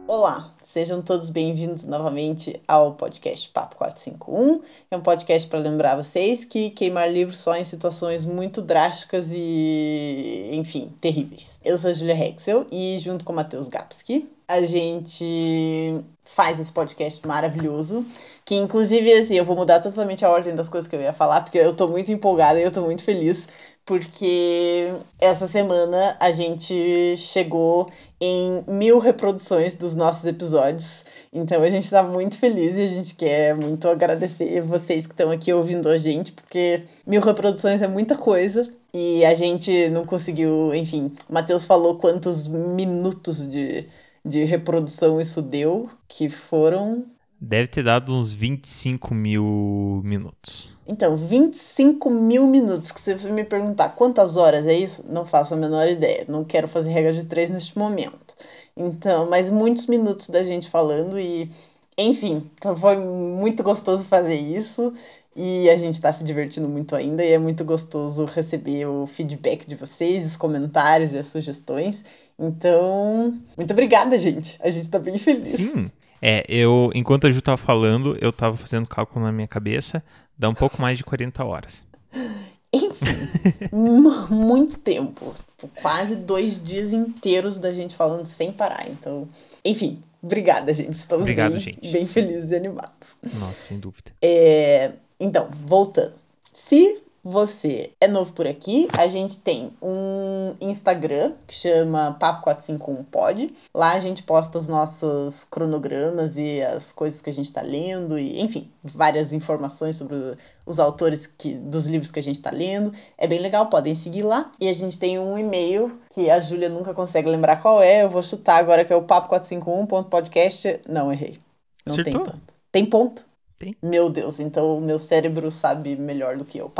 Olá, sejam todos bem-vindos novamente ao podcast Papo 451. É um podcast para lembrar vocês que queimar livro só em situações muito drásticas e, enfim, terríveis. Eu sou a Julia Hexel e, junto com o Matheus Gapski, a gente faz esse podcast maravilhoso, que inclusive, assim, eu vou mudar totalmente a ordem das coisas que eu ia falar, porque eu tô muito empolgada e eu tô muito feliz, porque essa semana a gente chegou em 1.000 reproduções dos nossos episódios. Então a gente tá muito feliz e a gente quer muito agradecer vocês que estão aqui ouvindo a gente, porque 1.000 reproduções é muita coisa. E a gente não conseguiu, enfim, o Matheus falou quantos minutos de reprodução isso deu, que foram. Deve ter dado uns 25 mil minutos. Então, 25.000 minutos, que se você me perguntar quantas horas é isso, não faço a menor ideia. Não quero fazer regra de três neste momento. Então, mas muitos minutos da gente falando e, enfim, então foi muito gostoso fazer isso e a gente tá se divertindo muito ainda e é muito gostoso receber o feedback de vocês, os comentários e as sugestões. Então, muito obrigada, gente. A gente tá bem feliz. Sim, enquanto a Ju tava falando, eu tava fazendo cálculo na minha cabeça, dá um pouco mais de 40 horas. Enfim, muito tempo. Tipo, quase 2 dias inteiros da gente falando sem parar. Então, enfim, obrigada, gente. Estamos Obrigado, bem, gente. bem Sim. felizes e animados. Nossa, sem dúvida. Então, voltando. Se você é novo por aqui, a gente tem um Instagram que chama Papo451pod. Lá a gente posta os nossos cronogramas e as coisas que a gente tá lendo e, enfim, várias informações sobre os autores dos livros que a gente tá lendo. É bem legal, podem seguir lá. E a gente tem um e-mail que a Júlia nunca consegue lembrar qual é. Eu vou chutar agora que é o papo451.podcast. Não, errei. Não tem Acertou? ponto. Tem ponto? Tem. Meu Deus, então o meu cérebro sabe melhor do que eu.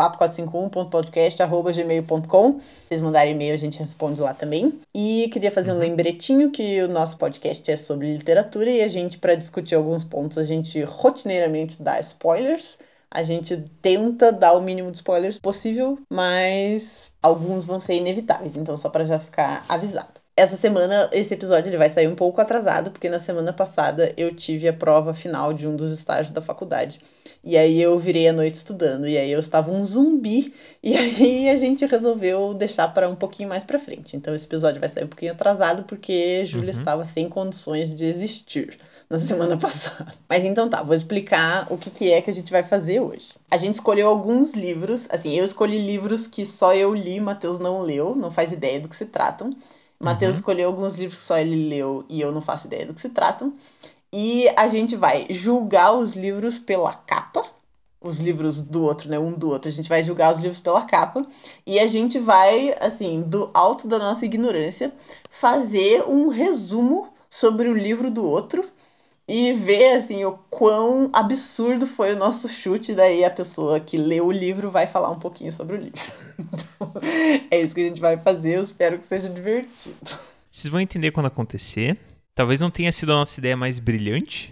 papo451.podcast@gmail.com. Se vocês mandarem e-mail, a gente responde lá também. E queria fazer um lembretinho que o nosso podcast é sobre literatura e a gente, para discutir alguns pontos, a gente rotineiramente dá spoilers. A gente tenta dar o mínimo de spoilers possível, mas alguns vão ser inevitáveis, então só para já ficar avisado. Essa semana, esse episódio ele vai sair um pouco atrasado, porque na semana passada eu tive a prova final de um dos estágios da faculdade. E aí eu virei a noite estudando, e aí eu estava um zumbi, e aí a gente resolveu deixar para um pouquinho mais pra frente. Então esse episódio vai sair um pouquinho atrasado, porque Júlia estava sem condições de existir na semana passada. Mas então tá, vou explicar o que é que a gente vai fazer hoje. A gente escolheu alguns livros, assim, eu escolhi livros que só eu li, Matheus não leu, não faz ideia do que se tratam. Matheus escolheu alguns livros que só ele leu e eu não faço ideia do que se tratam. E a gente vai julgar os livros pela capa. Os livros do outro, né? Um do outro. A gente vai julgar os livros pela capa. E a gente vai, assim, do alto da nossa ignorância, fazer um resumo sobre o livro do outro. E ver, assim, o quão absurdo foi o nosso chute. Daí a pessoa que leu o livro vai falar um pouquinho sobre o livro. Então, é isso que a gente vai fazer. Eu espero que seja divertido. Vocês vão entender quando acontecer. Talvez não tenha sido a nossa ideia mais brilhante.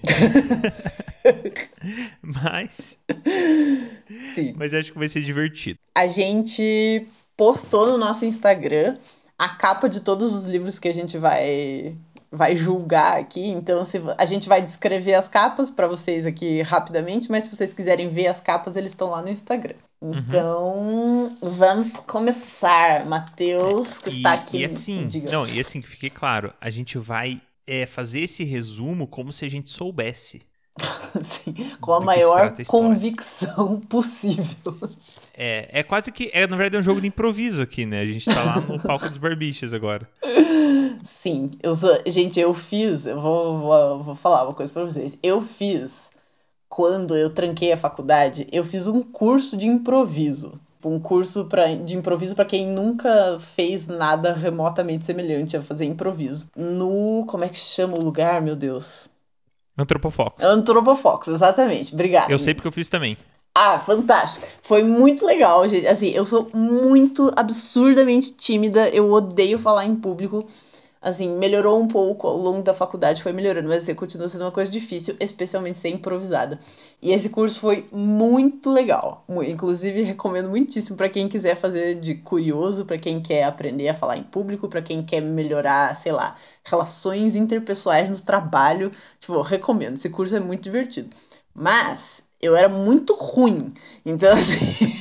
mas Sim. mas acho que vai ser divertido. A gente postou no nosso Instagram a capa de todos os livros que a gente vai julgar aqui. Então, a gente vai descrever as capas para vocês aqui rapidamente, mas se vocês quiserem ver as capas, eles estão lá no Instagram. Então, vamos começar. Matheus, que está aqui. E assim, Diga. não, e assim, que fique claro, a gente vai fazer esse resumo como se a gente soubesse. Sim, com a do que se maior trata a história. convicção possível. É quase que, na verdade, é um jogo de improviso aqui, né? A gente tá lá no palco dos barbichas agora. Sim, gente, eu vou falar uma coisa pra vocês. Eu fiz, quando eu tranquei a faculdade, eu fiz um curso de improviso. Um curso de improviso para quem nunca fez nada remotamente semelhante a fazer improviso. Como é que chama o lugar, meu Deus? Antropofox. Antropofox, exatamente. Obrigada. Eu sei porque eu fiz também. Ah, fantástico. Foi muito legal, gente. Assim, eu sou muito absurdamente tímida. Eu odeio falar em público. Assim, melhorou um pouco ao longo da faculdade, foi melhorando, mas assim, continua sendo uma coisa difícil, especialmente ser improvisada. E esse curso foi muito legal. Inclusive, recomendo muitíssimo para quem quiser fazer de curioso, para quem quer aprender a falar em público, para quem quer melhorar, sei lá, relações interpessoais no trabalho. Tipo, recomendo. Esse curso é muito divertido. Mas eu era muito ruim. Então, assim.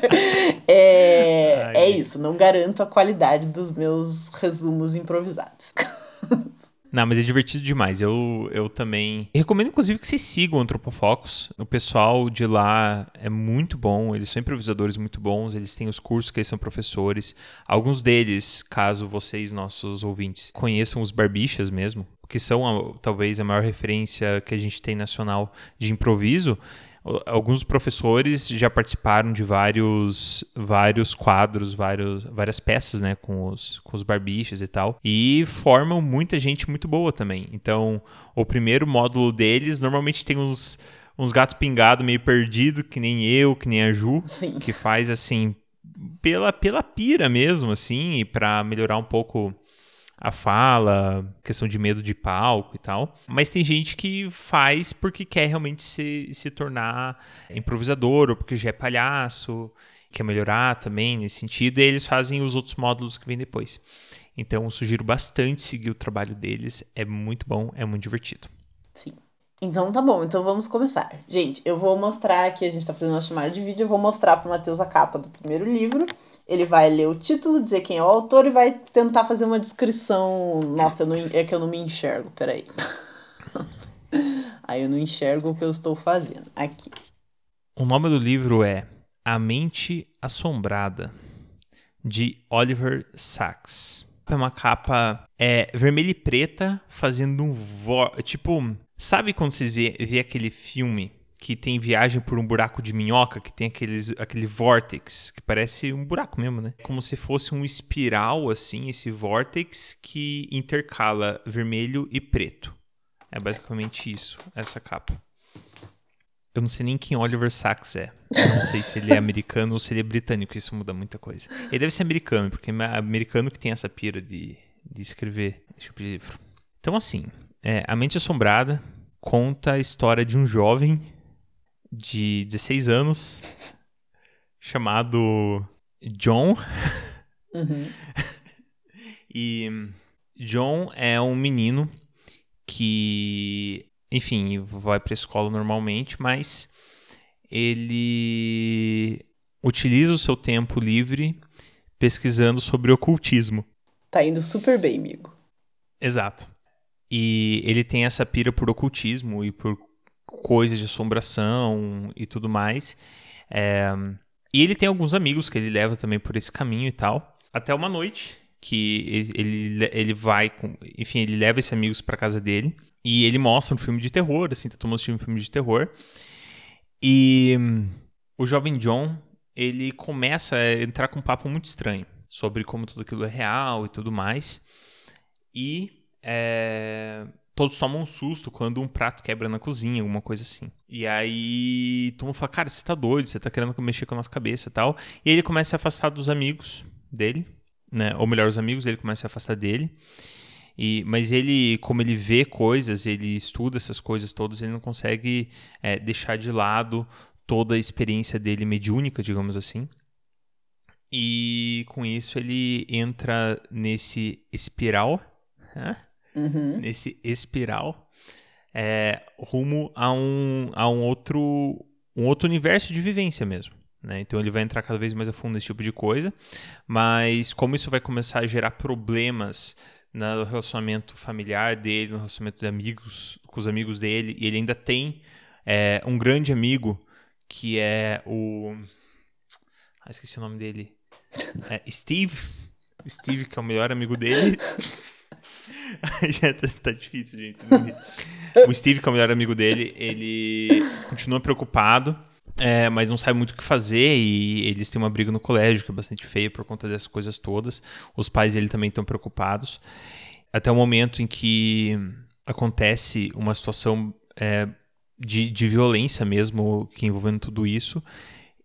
É, Ai, é ai. isso, não garanto a qualidade dos meus resumos improvisados. Não, mas é divertido demais. Eu também recomendo, inclusive, que vocês sigam o Antropofocus. O pessoal de lá é muito bom. Eles são improvisadores muito bons. Eles têm os cursos que eles são professores. Alguns deles, caso vocês, nossos ouvintes, conheçam os Barbixas mesmo, que são talvez a maior referência que a gente tem nacional de improviso. Alguns professores já participaram de vários quadros, várias peças, né, com os barbichas e tal, e formam muita gente muito boa também. Então, o primeiro módulo deles normalmente tem uns gatos pingados meio perdido, que nem eu, que nem a Ju, Sim. que faz assim pela pira mesmo, assim, e para melhorar um pouco a fala, questão de medo de palco e tal. Mas tem gente que faz porque quer realmente se tornar improvisador ou porque já é palhaço, quer melhorar também nesse sentido, e eles fazem os outros módulos que vêm depois. Então eu sugiro bastante seguir o trabalho deles, é muito bom, é muito divertido. Sim. Então tá bom, então vamos começar. Gente, eu vou mostrar aqui, a gente tá fazendo uma chamada de vídeo, eu vou mostrar pro Matheus a capa do primeiro livro. Ele vai ler o título, dizer quem é o autor e vai tentar fazer uma descrição. Nossa, é que eu não me enxergo, peraí. Aí eu não enxergo o que eu estou fazendo. Aqui. O nome do livro é A Mente Assombrada, de Oliver Sacks. É uma capa vermelha e preta, fazendo tipo, sabe quando você vê aquele filme que tem viagem por um buraco de minhoca, que tem aquele vórtex, que parece um buraco mesmo, né? Como se fosse um espiral, assim, esse vórtex que intercala vermelho e preto. É basicamente isso, essa capa. Eu não sei nem quem Oliver Sacks é. Eu não sei se ele é americano ou se ele é britânico. Isso muda muita coisa. Ele deve ser americano, porque é americano que tem essa pira de escrever esse tipo de livro. Então, assim, A Mente Assombrada conta a história de um jovem de 16 anos chamado John. Uhum. E John é um menino que, enfim, vai para a escola normalmente, mas ele utiliza o seu tempo livre pesquisando sobre ocultismo. Tá indo super bem, amigo. Exato. E ele tem essa pira por ocultismo e por coisas de assombração e tudo mais. E ele tem alguns amigos que ele leva também por esse caminho e tal. Até uma noite que ele vai enfim, ele leva esses amigos para casa dele e ele mostra um filme de terror, assim, tá tomando um filme de terror. E o jovem John, ele começa a entrar com um papo muito estranho sobre como tudo aquilo é real e tudo mais. E todos tomam um susto quando um prato quebra na cozinha, alguma coisa assim. E aí todo mundo fala, cara, você tá doido, você tá querendo mexer com a nossa cabeça e tal. E ele começa a se afastar dos amigos dele, né? Ou melhor, os amigos dele começam a se afastar dele. Mas ele, como ele vê coisas, ele estuda essas coisas todas, ele não consegue deixar de lado toda a experiência dele mediúnica, digamos assim. E com isso ele entra nesse espiral, Uhum. nesse espiral, rumo a um outro universo de vivência mesmo. Né? Então ele vai entrar cada vez mais a fundo nesse tipo de coisa, mas como isso vai começar a gerar problemas no relacionamento familiar dele, no relacionamento de amigos, com os amigos dele, e ele ainda tem um grande amigo que é o... esqueci o nome dele. Steve, que é o melhor amigo dele. Já tá difícil, gente. O Steve, que é o melhor amigo dele, ele continua preocupado, mas não sabe muito o que fazer, e eles têm uma briga no colégio que é bastante feia por conta dessas coisas todas. Os pais dele também estão preocupados. Até o momento em que acontece uma situação de violência mesmo, que envolvendo tudo isso,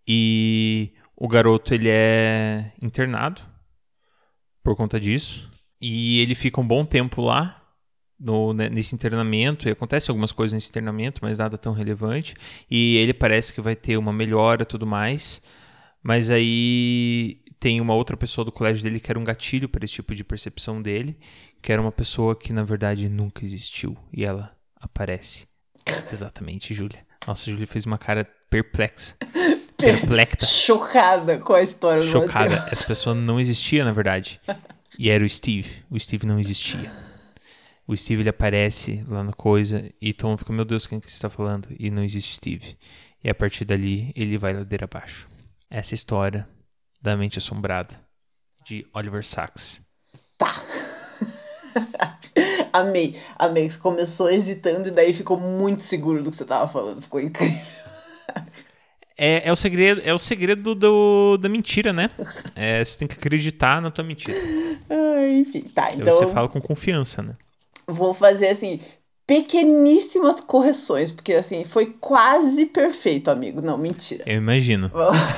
e o garoto ele é internado por conta disso. E ele fica um bom tempo lá, nesse internamento, e acontece algumas coisas nesse internamento, mas nada tão relevante. E ele parece que vai ter uma melhora e tudo mais. Mas aí tem uma outra pessoa do colégio dele que era um gatilho para esse tipo de percepção dele, que era uma pessoa que, na verdade, nunca existiu. E ela aparece. Exatamente, Júlia. Nossa, a Júlia fez uma cara perplexa. Perplexa. Chocada com a história do Chocada. Matheus. Essa pessoa não existia, na verdade. E era o Steve. O Steve não existia. O Steve, ele aparece lá na coisa e Tom fica, meu Deus, quem que você está falando? E não existe Steve. E a partir dali, ele vai ladeira abaixo. Essa é a história da Mente Assombrada, de Oliver Sacks. Tá. Amei. Você começou hesitando e daí ficou muito seguro do que você tava falando. Ficou incrível. É o segredo da mentira, né? Você tem que acreditar na tua mentira. Enfim, tá. Então Então você fala com confiança, né? vou fazer, assim, pequeníssimas correções, porque, assim, foi quase perfeito, amigo. Não, mentira. Eu imagino.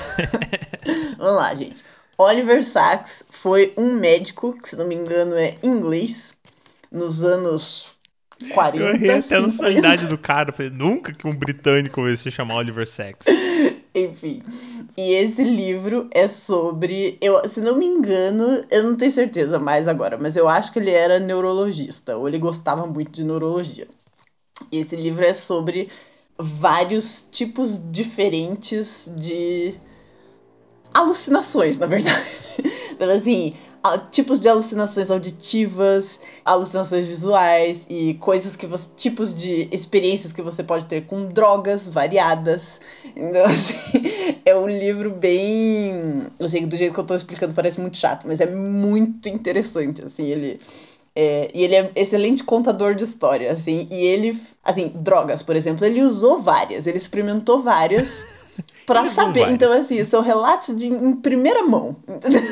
Vamos lá, gente. Oliver Sacks foi um médico, que se não me engano é inglês, nos anos 40, Eu errei até a 50. nacionalidade do cara. Eu falei, nunca que um britânico vai se chamar Oliver Sacks. Enfim. E esse livro é sobre. Se não me engano, eu não tenho certeza mais agora, mas eu acho que ele era neurologista, ou ele gostava muito de neurologia. E esse livro é sobre vários tipos diferentes de alucinações, na verdade. Então, assim, tipos de alucinações auditivas, alucinações visuais e coisas que você. Tipos de experiências que você pode ter com drogas variadas. Então, assim, é um livro bem. Eu sei que do jeito que eu tô explicando parece muito chato, mas é muito interessante, assim, ele. E ele é excelente contador de história, assim, e ele, assim, drogas, por exemplo, ele usou várias, ele experimentou várias pra saber. várias. Então, assim, são relatos em primeira mão, entendeu?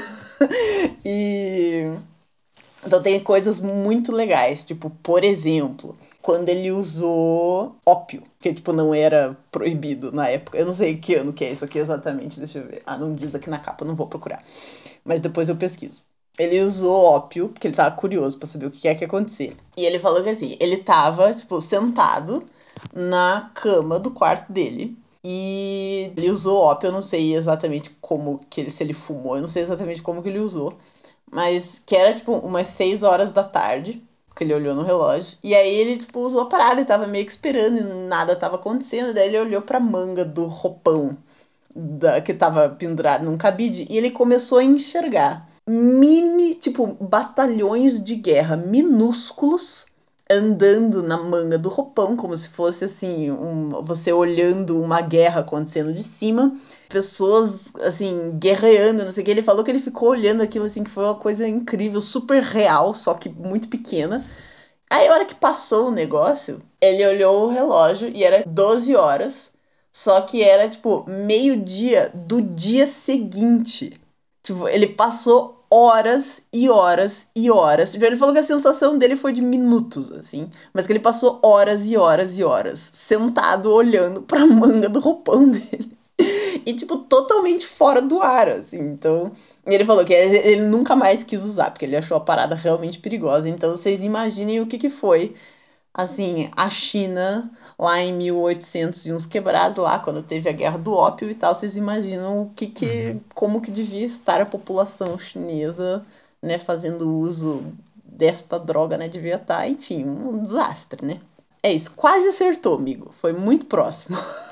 E... Então tem coisas muito legais, tipo, por exemplo, quando ele usou ópio, que, tipo, não era proibido na época. Eu não sei que ano que é isso aqui exatamente, deixa eu ver. Não diz aqui na capa, não vou procurar. Mas depois eu pesquiso. Ele usou ópio, porque ele tava curioso pra saber o que é que ia acontecer. E ele falou que, assim, ele tava, tipo, sentado na cama do quarto dele. E ele usou ópio, eu não sei exatamente como que se ele fumou, eu não sei exatamente como que ele usou. Mas que era, tipo, umas 6 horas da tarde, que ele olhou no relógio. E aí ele, tipo, usou a parada e tava meio que esperando e nada tava acontecendo. Daí ele olhou pra manga do roupão que tava pendurado num cabide e ele começou a enxergar tipo, batalhões de guerra minúsculos andando na manga do roupão, como se fosse, assim, você olhando uma guerra acontecendo de cima. Pessoas, assim, guerreando, não sei o que. Ele falou que ele ficou olhando aquilo, assim, que foi uma coisa incrível, super real, só que muito pequena. Aí, a hora que passou o negócio, ele olhou o relógio e era 12 horas. Só que era, tipo, meio-dia do dia seguinte. Tipo, ele passou horas e horas e horas. Tipo, ele falou que a sensação dele foi de minutos, assim. Mas que ele passou horas e horas e horas sentado olhando pra manga do roupão dele. E, tipo, totalmente fora do ar, assim. Então, ele falou que ele nunca mais quis usar, porque ele achou a parada realmente perigosa. Então, vocês imaginem o que foi, assim, a China lá em 1800 e uns quebrados lá, quando teve a guerra do ópio e tal. Vocês imaginam como que devia estar a população chinesa, né, fazendo uso desta droga, né? Devia estar, enfim, um desastre, né? É isso, quase acertou, amigo. Foi muito próximo.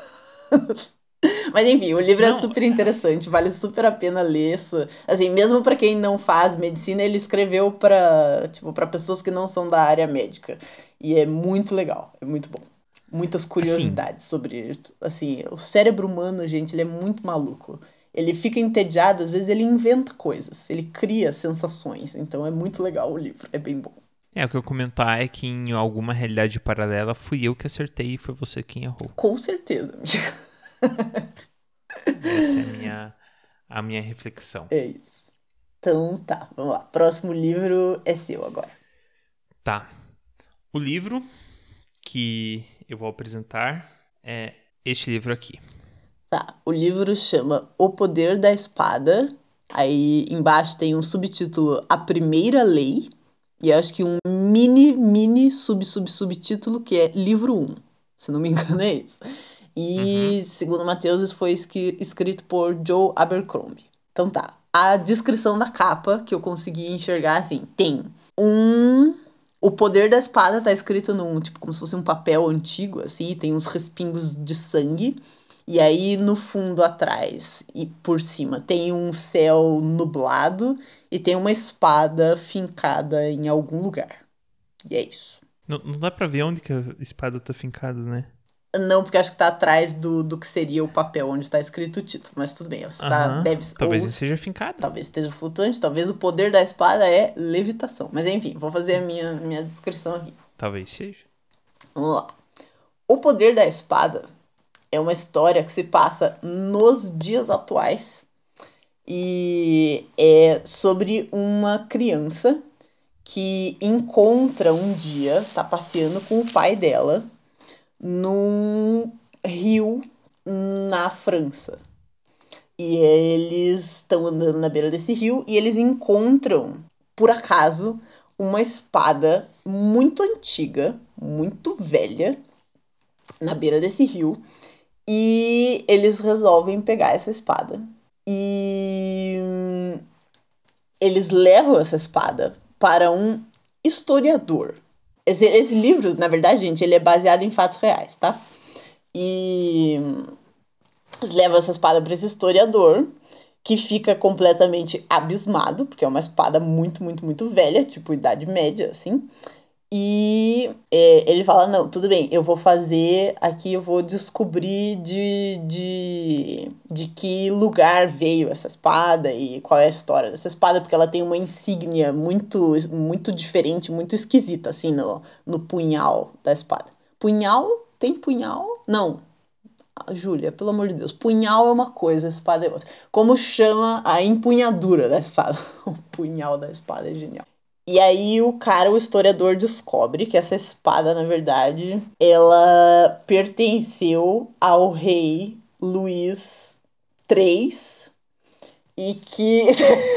Mas enfim, o livro é Não, super interessante, vale super a pena ler. Assim, mesmo pra quem não faz medicina, ele escreveu pra, tipo, para pessoas que não são da área médica. E é muito legal, é muito bom. Muitas assim, curiosidades sobre, assim, o cérebro humano, gente, ele é muito maluco. Ele fica entediado, às vezes ele inventa coisas, ele cria sensações. Então é muito legal o livro, é bem bom. o que eu comentar é que em alguma realidade paralela fui eu que acertei e foi você quem errou. Com certeza, amiga. Essa é a minha reflexão. É isso. Então tá, vamos lá. Próximo livro é seu agora. Tá. O livro que eu vou apresentar é este livro aqui. Tá, o livro chama O Poder da Espada. Aí embaixo tem um subtítulo A Primeira Lei. E eu acho que um mini subtítulo que é livro um. Se não me engano, é isso. Uhum. E, segundo Matheus, isso foi escrito por Joe Abercrombie. Então tá. A descrição da capa que eu consegui enxergar, assim, tem um. O poder da espada tá escrito num, tipo, como se fosse um papel antigo, assim, tem uns respingos de sangue. E aí, no fundo atrás e por cima, tem um céu nublado e tem uma espada fincada em algum lugar. E é isso. Não dá pra ver onde que a espada tá fincada, né? Não, porque acho que tá atrás do que seria o papel onde tá escrito o título, mas tudo bem, ela está, Aham. deve, Talvez ou não seja fincada. talvez esteja flutuante, talvez o poder da espada é levitação. Mas enfim, vou fazer a minha descrição aqui. Talvez seja. Vamos lá. O poder da espada é uma história que se passa nos dias atuais e é sobre uma criança que encontra um dia, tá passeando com o pai dela num rio na França. E eles estão andando na beira desse rio e eles encontram, por acaso, uma espada muito antiga, muito velha, na beira desse rio. E eles resolvem pegar essa espada. E eles levam essa espada para um historiador. Esse livro, na verdade, gente, ele é baseado em fatos reais, tá? E eles levam essa espada para esse historiador, que fica completamente abismado, porque é uma espada muito velha, tipo Idade Média, assim. E ele fala, não, tudo bem, eu vou fazer aqui, eu vou descobrir de que lugar veio essa espada e qual é a história dessa espada, porque ela tem uma insígnia muito diferente, muito esquisita, assim, no punhal da espada. Punhal? Tem punhal? Não. Júlia, pelo amor de Deus, punhal é uma coisa, espada é outra. Como chama a empunhadura da espada? O punhal da espada é genial. E aí o cara, o historiador, descobre que essa espada, na verdade, ela pertenceu ao rei Luís III e que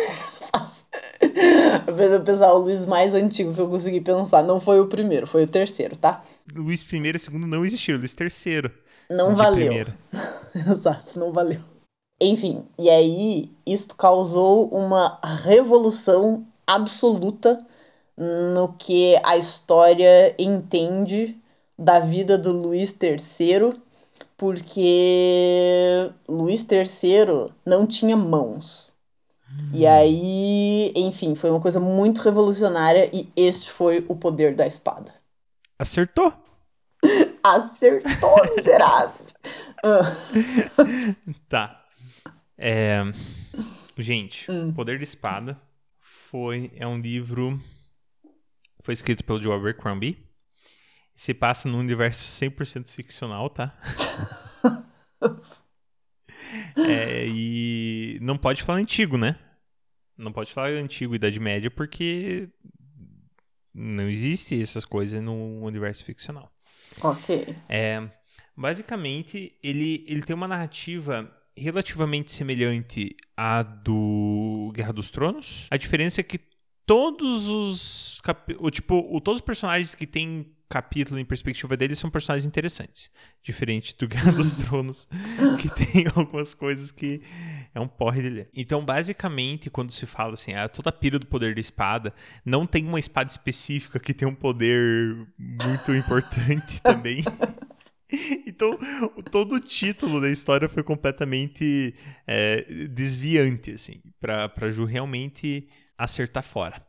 eu pensar o Luís mais antigo que eu consegui pensar. Não foi o primeiro, foi o terceiro, tá? Luís I e II não existiram, Luís III Não de valeu. primeira. Exato, não valeu. Enfim, e aí isso causou uma revolução absoluta no que a história entende da vida do Luís III, porque Luís III não tinha mãos. E aí, enfim, foi uma coisa muito revolucionária e este foi o poder da espada. Acertou! Acertou, miserável! Ah, Tá. Gente, Poder de Espada é um livro. Foi escrito pelo Joe Abercrombie. Se passa num universo 100% ficcional, tá? E não pode falar antigo, né? Não pode falar antigo, Idade Média, porque não existe essas coisas no universo ficcional. ok. Basicamente, ele tem uma narrativa relativamente semelhante à do Guerra dos Tronos. A diferença é que todos os personagens que têm capítulo em perspectiva deles são personagens interessantes. Diferente do Guerra dos Tronos, que tem algumas coisas que é um porre de ler. Então, basicamente, quando se fala assim, toda a pira do poder da espada, não tem uma espada específica que tem um poder muito importante também. Então, todo o título da história foi completamente desviante, assim, pra Ju realmente acertar fora.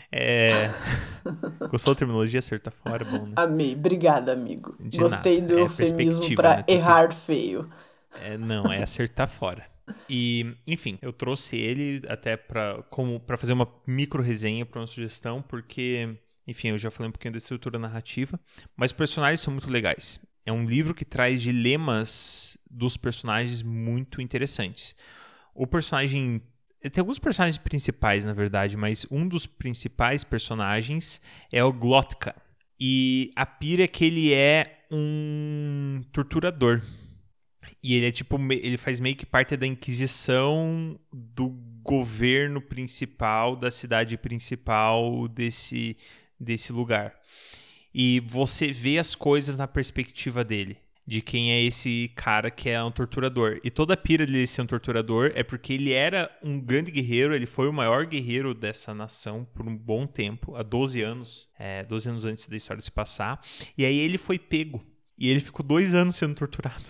Gostou da terminologia acertar fora? Bom, né? Amei, obrigada, amigo. De Gostei nada. do É eufemismo perspectiva, né? pra errar feio. Não, é acertar fora. E, enfim, eu trouxe ele até pra fazer uma micro resenha para uma sugestão, porque, enfim, eu já falei um pouquinho da estrutura narrativa, mas os personagens são muito legais. É um livro que traz dilemas dos personagens muito interessantes. O personagem. Tem alguns personagens principais, na verdade, mas um dos principais personagens é o Glotka. E a pira é que ele é um torturador. E ele é tipo, ele faz meio que parte da Inquisição do governo principal da cidade principal desse lugar. E você vê as coisas na perspectiva dele, de quem é esse cara que é um torturador. E toda a pira dele ser um torturador é porque ele era um grande guerreiro, ele foi o maior guerreiro dessa nação por um bom tempo, há 12 anos, 12 anos antes da história se passar. E aí ele foi pego. E ele ficou 2 anos sendo torturado.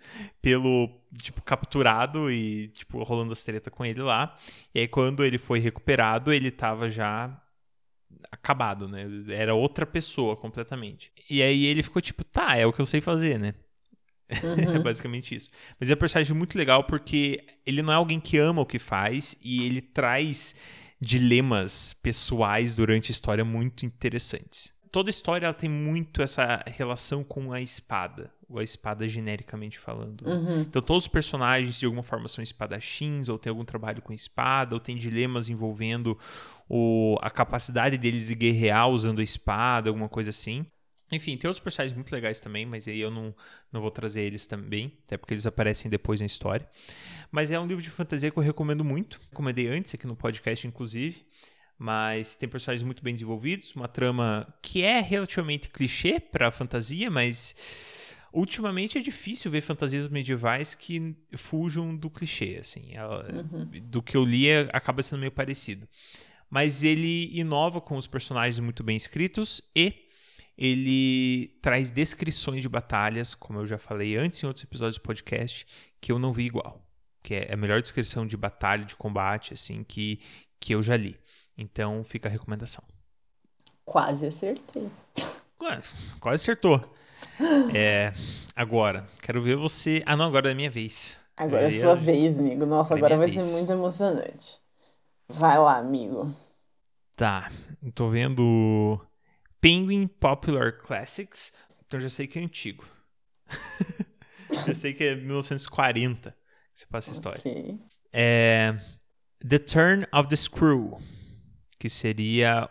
Capturado e, rolando as tretas com ele lá. E aí quando ele foi recuperado, ele tava já acabado, né? Era outra pessoa completamente. E aí ele ficou tá, é o que eu sei fazer, né? É basicamente isso. Mas é um personagem muito legal porque ele não é alguém que ama o que faz e ele traz dilemas pessoais durante a história muito interessantes. Toda a história ela tem muito essa relação com a espada, ou a espada genericamente falando. Então todos os personagens de alguma forma são espadachins, ou tem algum trabalho com espada, ou tem dilemas envolvendo a capacidade deles de guerrear usando a espada, alguma coisa assim. Enfim, tem outros personagens muito legais também, mas aí eu não vou trazer eles também, até porque eles aparecem depois na história. Mas é um livro de fantasia que eu recomendo muito. Recomendei antes aqui no podcast, inclusive. Mas tem personagens muito bem desenvolvidos, uma trama que é relativamente clichê para fantasia, mas ultimamente é difícil ver fantasias medievais que fujam do clichê, assim. Do que eu li acaba sendo meio parecido. Mas ele inova com os personagens muito bem escritos e ele traz descrições de batalhas, como eu já falei antes em outros episódios do podcast, que eu não vi igual. Que é a melhor descrição de batalha, de combate, assim, que eu já li. Então, fica a recomendação. Quase acertei. Quase acertou. Agora, quero ver você... Ah, não, agora é minha vez. Agora é sua vez, amigo. Nossa, agora vai ser muito emocionante. Vai lá, amigo. Tá, tô vendo Penguin Popular Classics, então já sei que é antigo. Já sei que é 1940 que você passa a história. Okay. The Turn of the Screw, que seria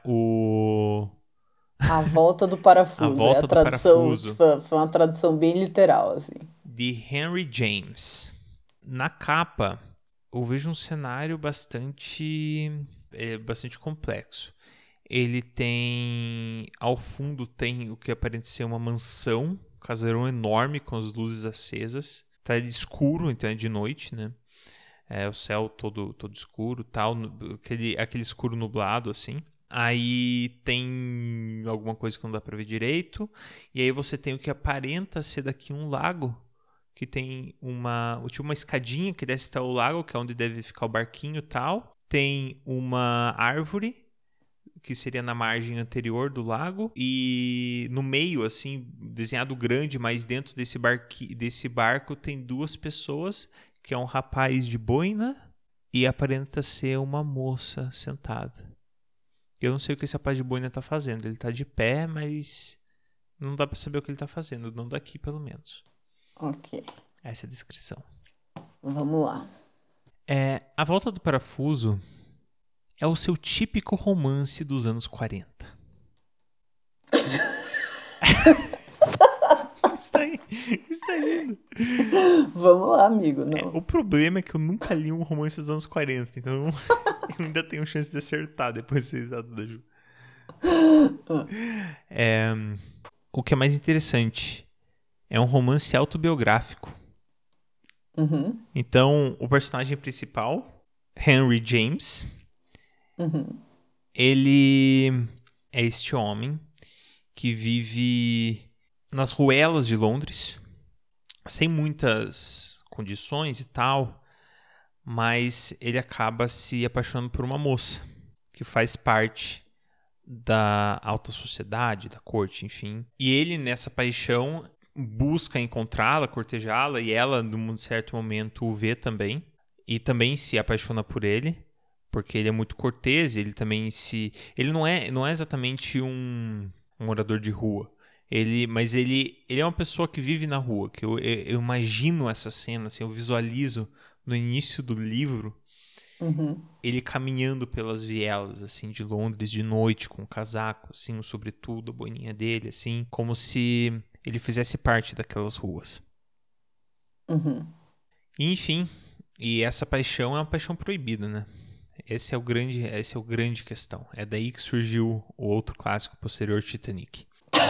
A volta do parafuso. A volta do parafuso. Foi uma tradução bem literal, assim. De Henry James. Na capa, eu vejo um cenário bastante complexo. Ele tem... Ao fundo tem o que aparenta ser uma mansão, um casarão enorme com as luzes acesas. Tá escuro, então é de noite, né? O céu todo escuro, tal, aquele escuro nublado, assim. Aí tem alguma coisa que não dá pra ver direito. E aí você tem o que aparenta ser daqui um lago, que tem uma escadinha que desce até o lago, que é onde deve ficar o barquinho e tal. Tem uma árvore, que seria na margem anterior do lago. E no meio, assim, desenhado grande, mas dentro desse barco tem 2 pessoas, que é um rapaz de boina e aparenta ser uma moça sentada. Eu não sei o que esse rapaz de boina tá fazendo. Ele tá de pé, mas não dá pra saber o que ele tá fazendo. Não daqui, pelo menos. Ok. Essa é a descrição. Vamos lá. A Volta do Parafuso é o seu típico romance dos anos 40. Está indo. Vamos lá, amigo. Não. O problema é que eu nunca li um romance dos anos 40, então eu ainda tenho chance de acertar depois de ser risada da Ju. O que é mais interessante é um romance autobiográfico. Então, o personagem principal, Henry James, ele é este homem que vive nas ruelas de Londres, sem muitas condições e tal, mas ele acaba se apaixonando por uma moça que faz parte da alta sociedade, da corte, enfim. E ele, nessa paixão, busca encontrá-la, cortejá-la, e ela, num certo momento, o vê também. E também se apaixona por ele, porque ele é muito cortês, ele também se... Ele não é exatamente um morador de rua. Mas ele é uma pessoa que vive na rua, que eu imagino essa cena, assim, eu visualizo no início do livro, ele caminhando pelas vielas, assim, de Londres, de noite, com um casaco, assim, um sobretudo, a boininha dele, assim, como se ele fizesse parte daquelas ruas. E, enfim, e essa paixão é uma paixão proibida, né? Esse é o grande questão. É daí que surgiu o outro clássico posterior, Titanic.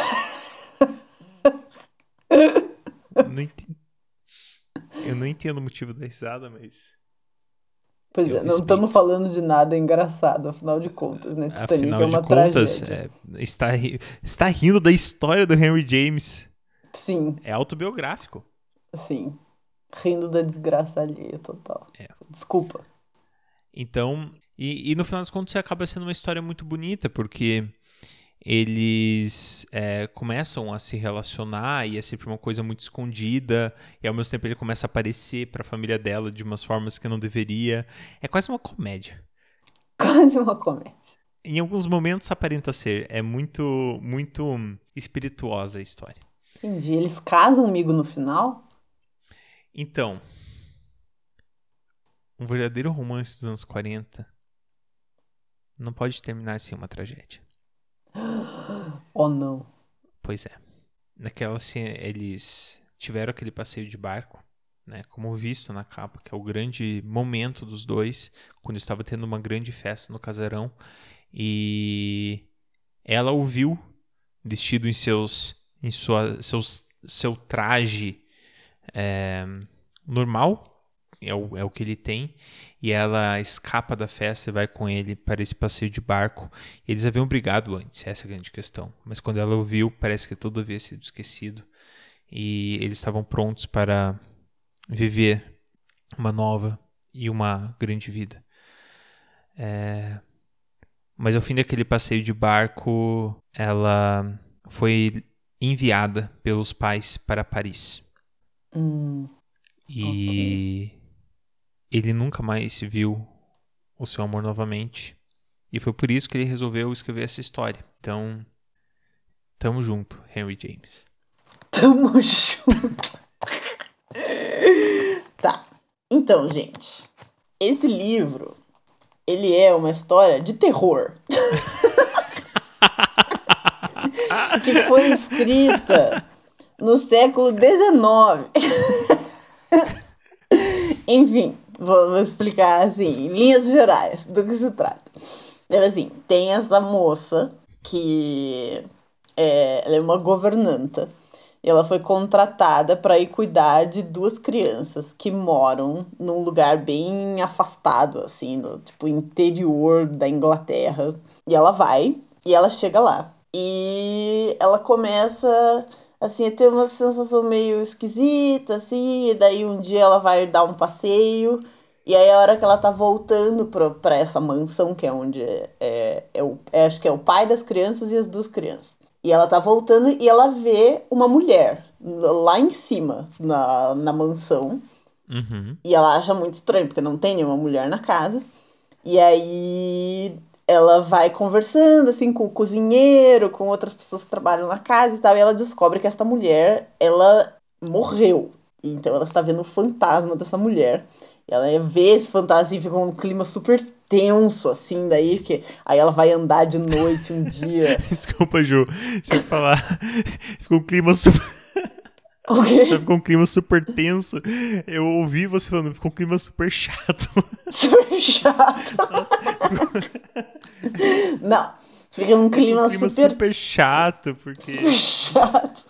Eu não entendo o motivo da risada, mas Pois eu é, não estamos respeito. falando de nada engraçado, afinal de contas, né? Titanic é Afinal de uma contas, tragédia. está rindo da história do Henry James. Sim, É autobiográfico. sim. Rindo da desgraça alheia total. É. Desculpa. Então, e no final das contas acaba sendo uma história muito bonita, porque eles começam a se relacionar e é sempre uma coisa muito escondida, e ao mesmo tempo ele começa a aparecer para a família dela de umas formas que não deveria. É quase uma comédia. Quase uma comédia. Em alguns momentos aparenta ser. É muito, muito espirituosa a história. Entendi. Eles casam comigo no final? Então, um verdadeiro romance dos anos 40 não pode terminar sem uma tragédia. Oh, não. Pois é. Naquela cena, eles tiveram aquele passeio de barco, né, como visto na capa, que é o grande momento dos dois, quando estava tendo uma grande festa no casarão, e ela o viu vestido seu traje normal, é o que ele tem, e ela escapa da festa e vai com ele para esse passeio de barco. Eles haviam brigado antes, essa é a grande questão, mas quando ela o viu, parece que tudo havia sido esquecido, e eles estavam prontos para viver uma nova e uma grande vida. Mas ao fim daquele passeio de barco, ela foi enviada pelos pais para Paris. Ok. E ele nunca mais viu o seu amor novamente. E foi por isso que ele resolveu escrever essa história. Então, tamo junto, Henry James. Tamo junto. Tá. Então, gente, esse livro, ele é uma história de terror. Que foi escrita no século XIX. Enfim, vou explicar assim, em linhas gerais, do que se trata. Então, assim, tem essa moça que ela é uma governanta. E ela foi contratada para ir cuidar de duas crianças que moram num lugar bem afastado, assim, no tipo interior da Inglaterra. E ela vai e ela chega lá. E ela começa assim a ter uma sensação meio esquisita, assim, e daí um dia ela vai dar um passeio. E aí a hora que ela tá voltando pra essa mansão, que é onde acho que é o pai das crianças e as duas crianças. E ela tá voltando e ela vê uma mulher lá em cima, na mansão. Uhum. E ela acha muito estranho, porque não tem nenhuma mulher na casa. E aí ela vai conversando, assim, com o cozinheiro, com outras pessoas que trabalham na casa e tal. E ela descobre que esta mulher, ela morreu. Então ela está vendo o fantasma dessa mulher. E ela vê esse fantasma e fica um clima super tenso, assim, daí que aí ela vai andar de noite um dia. Desculpa, Ju. Se eu falar, ficou um clima super. O quê? Ficou um clima super tenso. Eu ouvi você falando, ficou um clima super chato. Super chato. Nossa, Não, fica um ficou um clima clima super, super chato, super porque chato.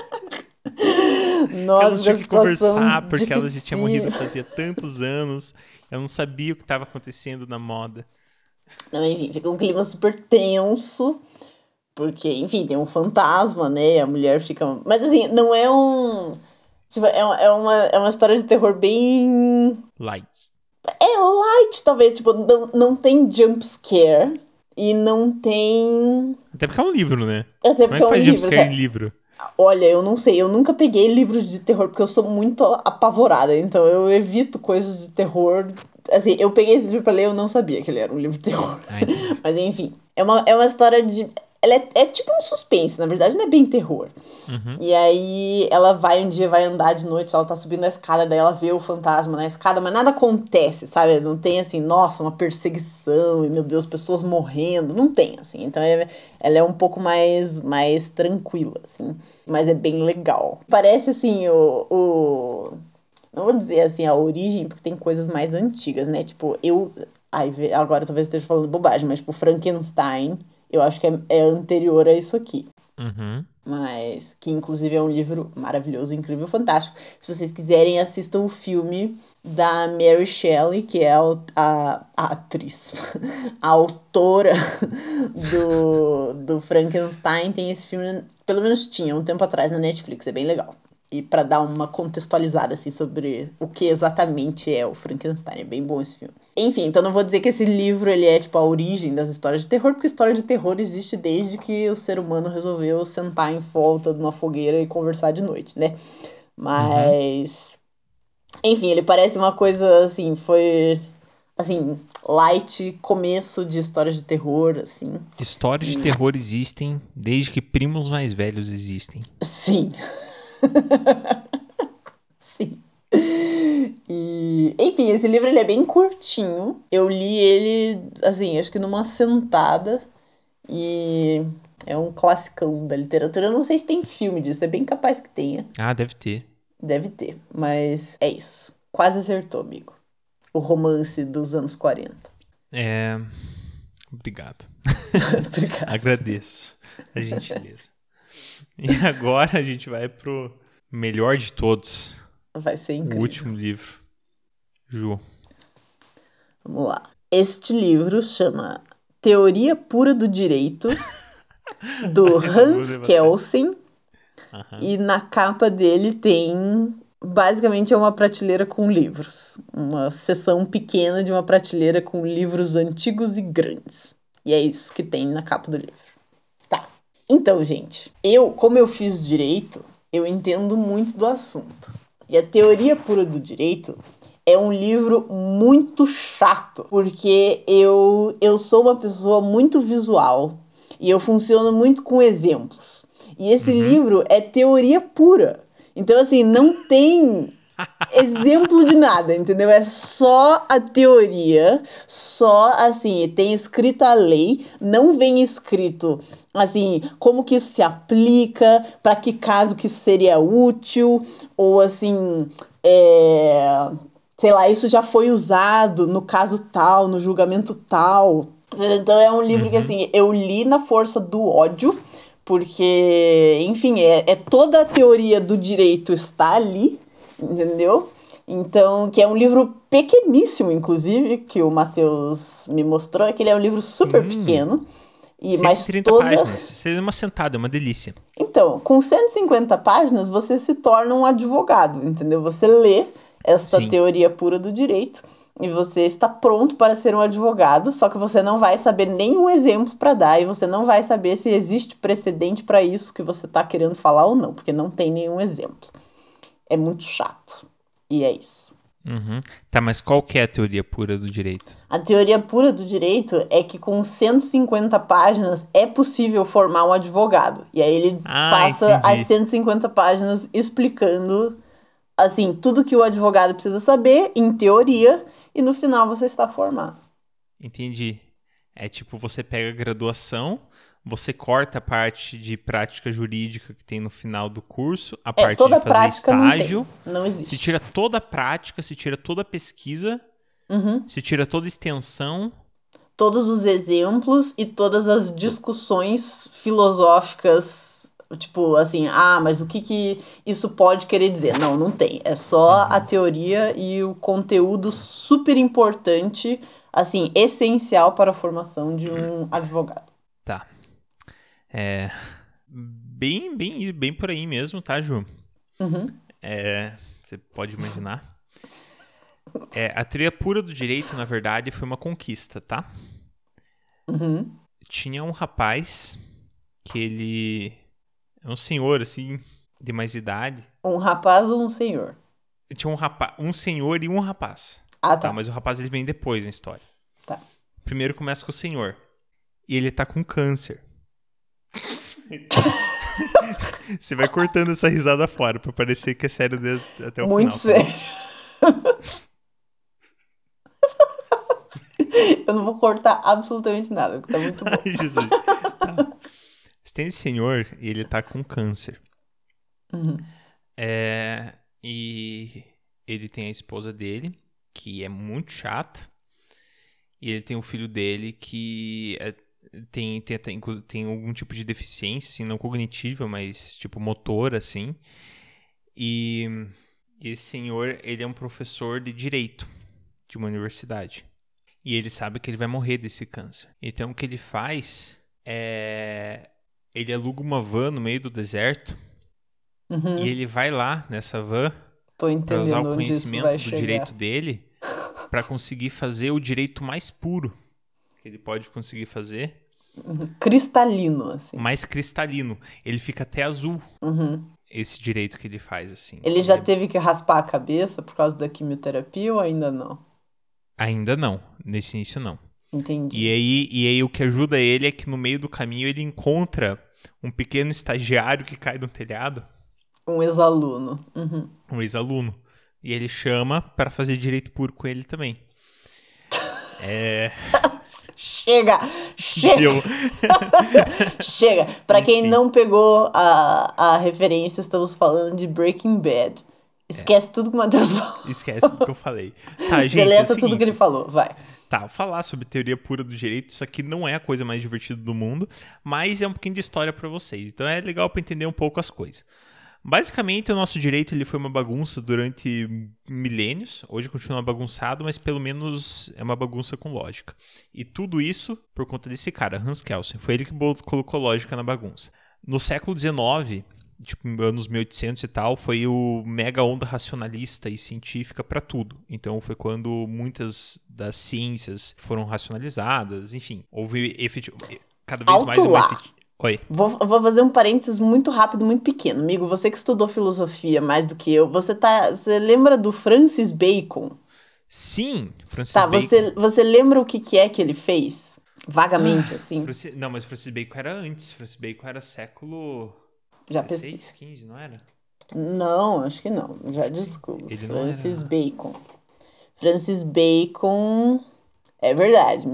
elas Nossa, tinham que que situação conversar, porque ela já tinha morrido difícil. fazia tantos anos. Eu não sabia o que estava acontecendo na moda. Não, enfim, fica um clima super tenso. Porque, enfim, tem um fantasma, né? A mulher fica. Mas assim, não é um. Tipo, é uma história de terror bem. Lights. É light, talvez. Tipo, não tem jump scare. E não tem. Até porque é um livro, né? Até Como é porque é que um faz livro, jumpscare em até. livro? Olha, eu não sei, eu nunca peguei livros de terror porque eu sou muito apavorada, então eu evito coisas de terror. Assim, eu peguei esse livro pra ler, eu não sabia que ele era um livro de terror. Ah, entendi. Mas enfim, é uma história de. Ela é tipo um suspense, na verdade não é bem terror. Uhum. E aí ela vai um dia, vai andar de noite, ela tá subindo a escada, daí ela vê o fantasma na escada, mas nada acontece, sabe? Não tem assim, nossa, uma perseguição, e meu Deus, pessoas morrendo, não tem, assim. Então ela é um pouco mais tranquila, assim, mas é bem legal. Parece assim, não vou dizer assim a origem, porque tem coisas mais antigas, né? Tipo, Agora talvez eu esteja falando bobagem, mas tipo, Frankenstein, eu acho que é anterior a isso aqui. Uhum. Mas que inclusive é um livro maravilhoso, incrível, fantástico. Se vocês quiserem, assistam o filme da Mary Shelley, que é a atriz, a autora do Frankenstein. Tem esse filme, pelo menos tinha um tempo atrás na Netflix, é bem legal. E para dar uma contextualizada assim sobre o que exatamente é o Frankenstein, é bem bom esse filme. Enfim, então não vou dizer que esse livro ele é tipo a origem das histórias de terror, porque história de terror existe desde que o ser humano resolveu sentar em volta de uma fogueira e conversar de noite, né? Uhum. Mas enfim, ele parece uma coisa assim, foi assim, light começo de histórias de terror, assim. Histórias de E terror existem desde que primos mais velhos existem. sim, sim. E, enfim, esse livro ele é bem curtinho. Eu li ele, assim, acho que numa sentada. E é um classicão da literatura. Eu não sei se tem filme disso, é bem capaz que tenha. Ah, deve ter. Deve ter, mas é isso. Quase acertou, amigo. O romance dos anos 40. É... Obrigado. Obrigada. Agradeço a gentileza. E agora a gente vai pro melhor de todos. Vai ser O incrível. último livro. Ju. Vamos lá. Este livro chama Teoria Pura do Direito, do Ai, eu vou Hans debater. Kelsen. Aham. E na capa dele tem. Basicamente é uma prateleira com livros. Uma seção pequena de uma prateleira com livros antigos e grandes. E é isso que tem na capa do livro. Tá. Então, gente, como eu fiz direito, eu entendo muito do assunto. E a Teoria Pura do Direito é um livro muito chato, porque eu sou uma pessoa muito visual e eu funciono muito com exemplos. E esse Uhum. livro é teoria pura. Então, assim, não tem exemplo de nada, entendeu? É só a teoria, só assim, tem escrita a lei, não vem escrito assim, como que isso se aplica, para que caso que isso seria útil, ou assim, sei lá, isso já foi usado no caso tal, no julgamento tal. Então é um livro que Uhum. assim, eu li na força do ódio, porque, enfim, é toda a teoria do direito está ali, entendeu? Então, que é um livro pequeníssimo, inclusive, que o Matheus me mostrou, é que ele é um livro super Sim. pequeno, cento e mas trinta toda. páginas. Seria uma sentada, é uma delícia. Então, com 150 páginas, você se torna um advogado, entendeu? Você lê esta Sim. teoria pura do direito e você está pronto para ser um advogado, só que você não vai saber nenhum exemplo para dar e você não vai saber se existe precedente para isso que você está querendo falar ou não, porque não tem nenhum exemplo. É muito chato. E é isso. Uhum. Tá, mas qual que é a teoria pura do direito? A teoria pura do direito é que com 150 páginas é possível formar um advogado. E aí ele Ah, passa as entendi. 150 páginas explicando, assim, tudo que o advogado precisa saber, em teoria, e no final você está formado. Entendi. É tipo, você pega a graduação, você corta a parte de prática jurídica que tem no final do curso, a parte de Toda fazer prática não tem, estágio, não se existe. tira toda a prática, se tira toda a pesquisa, Uhum. se tira toda a extensão. Todos os exemplos e todas as discussões filosóficas, tipo assim, mas o que que isso pode querer dizer? Não, não tem. É só a Uhum. teoria e o conteúdo super importante, assim, essencial para a formação de um advogado. Tá. É bem por aí mesmo, tá, Ju? Uhum, Você pode imaginar. A teoria pura do direito, na verdade, foi uma conquista, tá? uhum. Tinha um rapaz que ele é um senhor, assim, de mais idade. Um rapaz ou um senhor? Tinha um senhor e um rapaz. Ah, Tá, tá. mas o rapaz ele vem depois na história. Tá. Primeiro começa com o senhor. E ele tá com câncer. Você vai cortando essa risada fora pra parecer que é sério até o Muito final, tá bom? sério. Eu não vou cortar absolutamente nada, porque tá muito bom. Ai, Jesus. Tá. Você tem esse senhor e ele tá com câncer. Uhum. E ele tem a esposa dele, que é muito chata. E ele tem um filho dele que tem algum tipo de deficiência, assim, não cognitiva, mas tipo motor, assim. E esse senhor, ele é um professor de direito de uma universidade. E ele sabe que ele vai morrer desse câncer. Então o que ele faz é... Ele aluga uma van no meio do deserto e ele vai lá nessa van Tô para usar o entendendo onde isso conhecimento vai do chegar. direito dele para conseguir fazer o direito mais puro que ele pode conseguir fazer. Cristalino, assim. Mais cristalino. Ele fica até azul. Uhum. Esse direito que ele faz, assim. Ele já teve que raspar a cabeça por causa da quimioterapia ou ainda não? Ainda não. Nesse início, não. Entendi. E aí o que ajuda ele é que no meio do caminho ele encontra um pequeno estagiário que cai do telhado. Um ex-aluno. Uhum. Um ex-aluno. E ele chama para fazer direito puro com ele também. Chega! Deu. Chega! Pra quem não pegou a referência, estamos falando de Breaking Bad. Esquece tudo que o Matheus falou. Esquece tudo que eu falei. Tá, gente, Deleta é o seguinte, tudo que ele falou, vai. Tá, falar sobre teoria pura do direito, isso aqui não é a coisa mais divertida do mundo, mas é um pouquinho de história pra vocês. Então é legal pra entender um pouco as coisas. Basicamente, o nosso direito ele foi uma bagunça durante milênios. Hoje continua bagunçado, mas pelo menos é uma bagunça com lógica. E tudo isso por conta desse cara, Hans Kelsen. Foi ele que colocou lógica na bagunça. No século XIX, tipo, anos 1800 e tal, foi o mega onda racionalista e científica para tudo. Então foi quando muitas das ciências foram racionalizadas, enfim, houve cada vez mais uma Oi. Vou fazer um parênteses muito rápido, muito pequeno. Amigo, você que estudou filosofia mais do que eu, você lembra do Francis Bacon? Sim, Francis Bacon. Você lembra o que é que ele fez? Vagamente, assim. Não, mas Francis Bacon era antes. Francis Bacon era século... Já 16, 15, não era? Não, acho que não. Já desculpa. Ele Francis não era... Bacon. Francis Bacon... É verdade,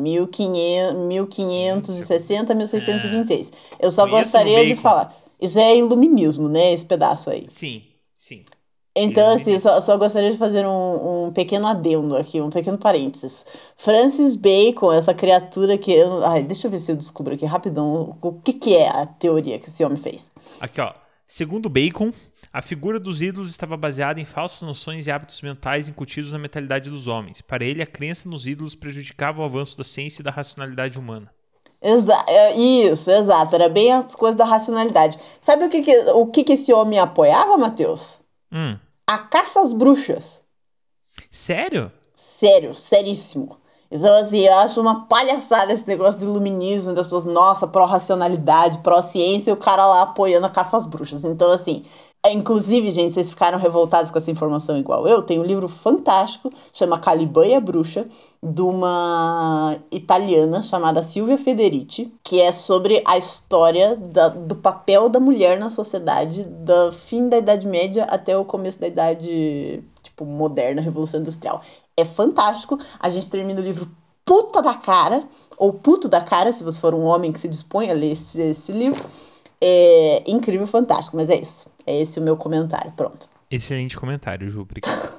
1560 a 1626. Eu só gostaria de falar. Isso é iluminismo, né? Esse pedaço aí. Sim, sim. Então, assim, só gostaria de fazer um pequeno adendo aqui, um pequeno parênteses. Francis Bacon, essa criatura que... deixa eu ver se eu descubro aqui rapidão o que é a teoria que esse homem fez. Aqui, ó. Segundo Bacon, a figura dos ídolos estava baseada em falsas noções e hábitos mentais incutidos na mentalidade dos homens. Para ele, a crença nos ídolos prejudicava o avanço da ciência e da racionalidade humana. Isso, exato. Era bem as coisas da racionalidade. Sabe o que esse homem apoiava, Matheus? A caça às bruxas. Sério? Sério, seríssimo. Então, assim, eu acho uma palhaçada esse negócio do iluminismo, das pessoas, nossa, pró-racionalidade, pró-ciência, e o cara lá apoiando a caça às bruxas. Então, assim, inclusive, gente, vocês ficaram revoltados com essa informação igual eu, tem um livro fantástico, chama Caliban e a Bruxa, de uma italiana chamada Silvia Federici, que é sobre a história do papel da mulher na sociedade, do fim da Idade Média até o começo da Idade, tipo, moderna, Revolução Industrial. É fantástico, a gente termina o livro puta da cara, ou puto da cara, se você for um homem que se dispõe a ler esse livro. É incrível, fantástico, mas é isso. É esse o meu comentário, pronto. Excelente comentário, Ju, obrigado.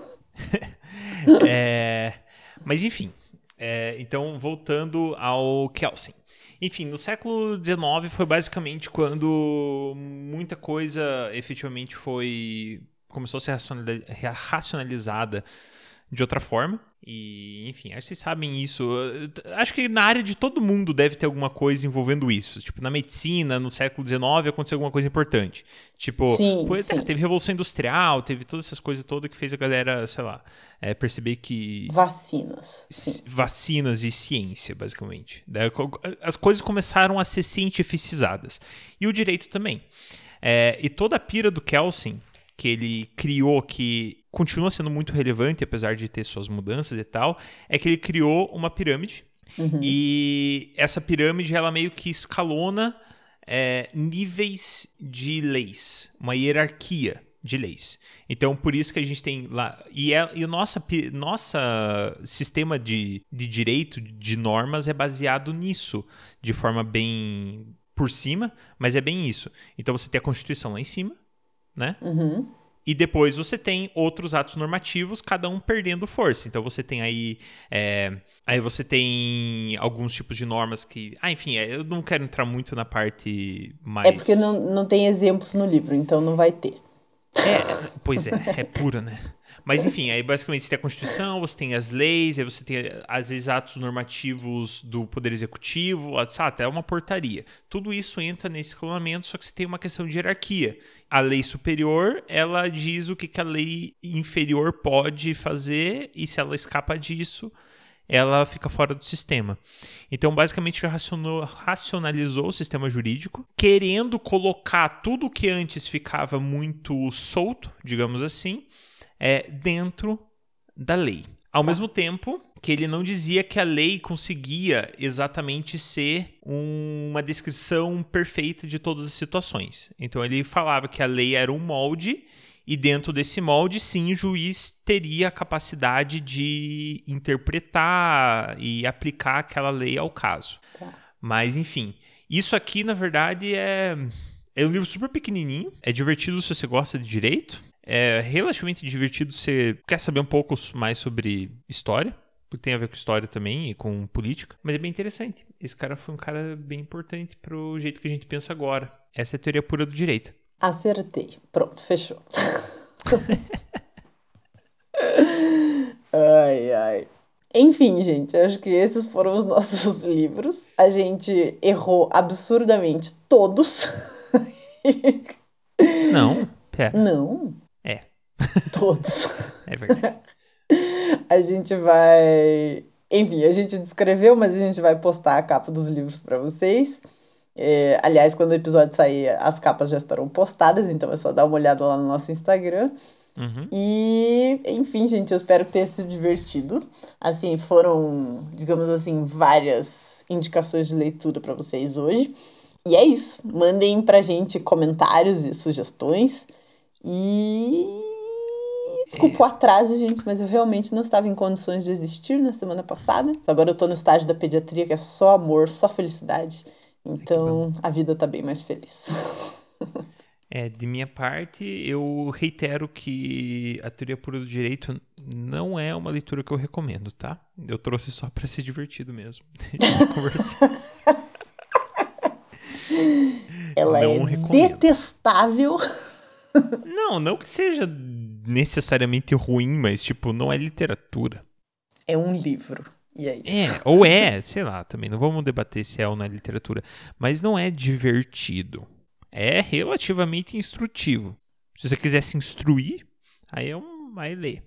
Mas enfim, então voltando ao Kelsen. Enfim, no século XIX foi basicamente quando muita coisa efetivamente começou a ser racionalizada de outra forma. E, enfim, acho que vocês sabem isso. Acho que na área de todo mundo deve ter alguma coisa envolvendo isso. Tipo, na medicina, no século XIX, aconteceu alguma coisa importante. Tipo, sim. Teve Revolução Industrial, teve todas essas coisas todas que fez a galera, sei lá, perceber que... Vacinas. Vacinas e ciência, basicamente. As coisas começaram a ser cientificizadas. E o direito também. E toda a pira do Kelsen, que ele criou, que continua sendo muito relevante, apesar de ter suas mudanças e tal, é que ele criou uma pirâmide. E essa pirâmide, ela meio que escalona níveis de leis, uma hierarquia de leis. Então, por isso que a gente tem lá... E o nosso sistema de direito, de normas, é baseado nisso, de forma bem por cima, mas é bem isso. Então, você tem a Constituição lá em cima, né? E depois você tem outros atos normativos, cada um perdendo força. Então você tem aí... Aí você tem alguns tipos de normas que... enfim, eu não quero entrar muito na parte mais... É porque não tem exemplos no livro, então não vai ter. Pois é pura, né? Mas enfim, aí basicamente você tem a Constituição, você tem as leis, aí você tem, às vezes, atos normativos do Poder Executivo, até uma portaria. Tudo isso entra nesse regulamento, só que você tem uma questão de hierarquia. A lei superior, ela diz o que a lei inferior pode fazer, e se ela escapa disso, ela fica fora do sistema. Então, basicamente, racionalizou o sistema jurídico, querendo colocar tudo que antes ficava muito solto, digamos assim, dentro da lei. Ao mesmo tempo que ele não dizia que a lei conseguia exatamente ser uma descrição perfeita de todas as situações. Então ele falava que a lei era um molde e dentro desse molde, sim, o juiz teria a capacidade de interpretar e aplicar aquela lei ao caso. Mas, enfim, isso aqui, na verdade, é um livro super pequenininho, é divertido se você gosta de direito. É relativamente divertido se você quer saber um pouco mais sobre história, porque tem a ver com história também e com política, mas é bem interessante. Esse cara foi um cara bem importante pro jeito que a gente pensa agora. Essa é a teoria pura do direito. Acertei. Pronto, fechou. Ai. Enfim, gente, acho que esses foram os nossos livros. A gente errou absurdamente todos. Não, pera. Não. Todos. É verdade. A gente vai... Enfim, a gente descreveu, mas a gente vai postar a capa dos livros para vocês. Aliás, quando o episódio sair, as capas já estarão postadas, então é só dar uma olhada lá no nosso Instagram. E, enfim, gente, eu espero que tenha sido divertido. Assim, foram, digamos assim, várias indicações de leitura para vocês hoje. E é isso. Mandem pra gente comentários e sugestões. E... Desculpa o atraso, gente, mas eu realmente não estava em condições de existir na semana passada. Agora eu tô no estágio da pediatria, que é só amor, só felicidade. Então, a vida tá bem mais feliz. De minha parte, eu reitero que a teoria pura do direito não é uma leitura que eu recomendo, tá? Eu trouxe só pra ser divertido mesmo. Conversar. Ela não é recomendo. detestável. Não que seja necessariamente ruim, mas, não é literatura. É um livro, e é isso. Ou sei lá, também. Não vamos debater se é ou não é literatura. Mas não é divertido. É relativamente instrutivo. Se você quiser se instruir, aí lê.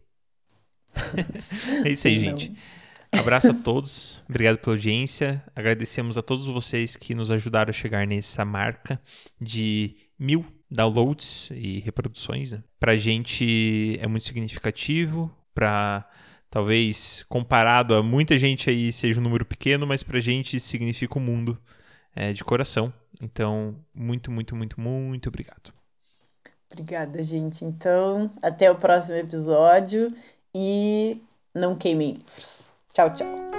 É isso aí, gente. Abraço a todos. Obrigado pela audiência. Agradecemos a todos vocês que nos ajudaram a chegar nessa marca de 1000 downloads e reproduções, né? Pra gente é muito significativo. Talvez comparado a muita gente aí seja um número pequeno, mas pra gente significa um mundo de coração. Então, muito, muito, muito, muito obrigado. Obrigada, gente. Então, até o próximo episódio e não queimem livros. Tchau, tchau.